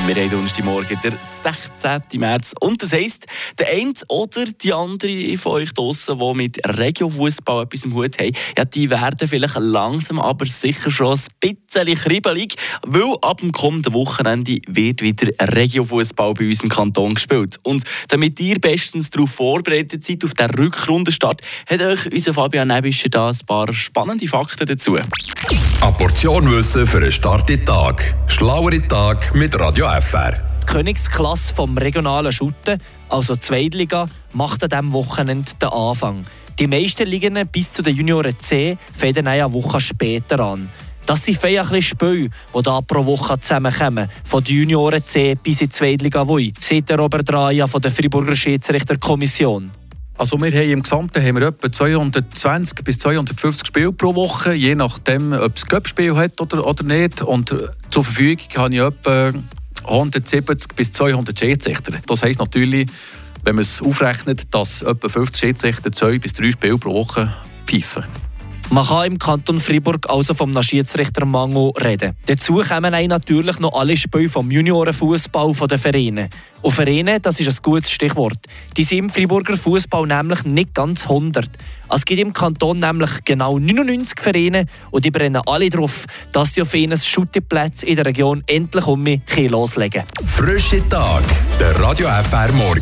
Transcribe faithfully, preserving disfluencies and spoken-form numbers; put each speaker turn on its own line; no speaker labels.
Wir haben Donnerstagmorgen, der sechzehnten März. Und das heisst, der eine oder die andere von euch draussen, die mit Regio-Fußball etwas im Hut haben, ja, die werden vielleicht langsam, aber sicher schon ein bisschen kribbelig, weil ab dem kommenden Wochenende wird wieder Regio-Fußball bei uns im Kanton gespielt. Und damit ihr bestens darauf vorbereitet seid, auf den Rückrundenstart, hat euch unser Fabian Nebischer da ein paar spannende Fakten dazu.
Eine Portion Wissen für einen starken Tag. Schlauere Tag mit Radio F R.
Die Königsklasse vom regionalen Schutten, also die Zweitliga, macht an diesem Wochenende den Anfang. Die meisten Ligen bis zu den Junioren C fangen eine Woche später an. Das sind ein bisschen Spiele, die hier pro Woche zusammenkommen. Von den Junioren C bis in die Zweitliga Wui, sagt der Robert Raja von der Freiburger Schiedsrichterkommission.
Also wir haben im Gesamten haben wir etwa zweihundertzwanzig bis zweihundertfünfzig Spiele pro Woche, je nachdem, ob es Cup-Spiel hat oder, oder nicht. Und zur Verfügung habe ich etwa hundertsiebzig bis zweihundert Schiedsrichter. Das heisst natürlich, wenn man es aufrechnet, dass etwa fünfzig Schiedsrichter zwei bis drei Spiele pro Woche pfeifen.
Man kann im Kanton Freiburg also vom Schiedsrichtermangel reden. Dazu kommen natürlich noch alle Spiele vom Juniorenfußball der Vereine. Und Vereine, das ist ein gutes Stichwort. Die sind im Freiburger Fußball nämlich nicht ganz hundert. Es gibt im Kanton nämlich genau neunundneunzig Vereine und die brennen alle darauf, dass sie auf ihnen Schutteplätze in der Region endlich um mich loslegen können.
Frische Tag, der Radio F R Morgen.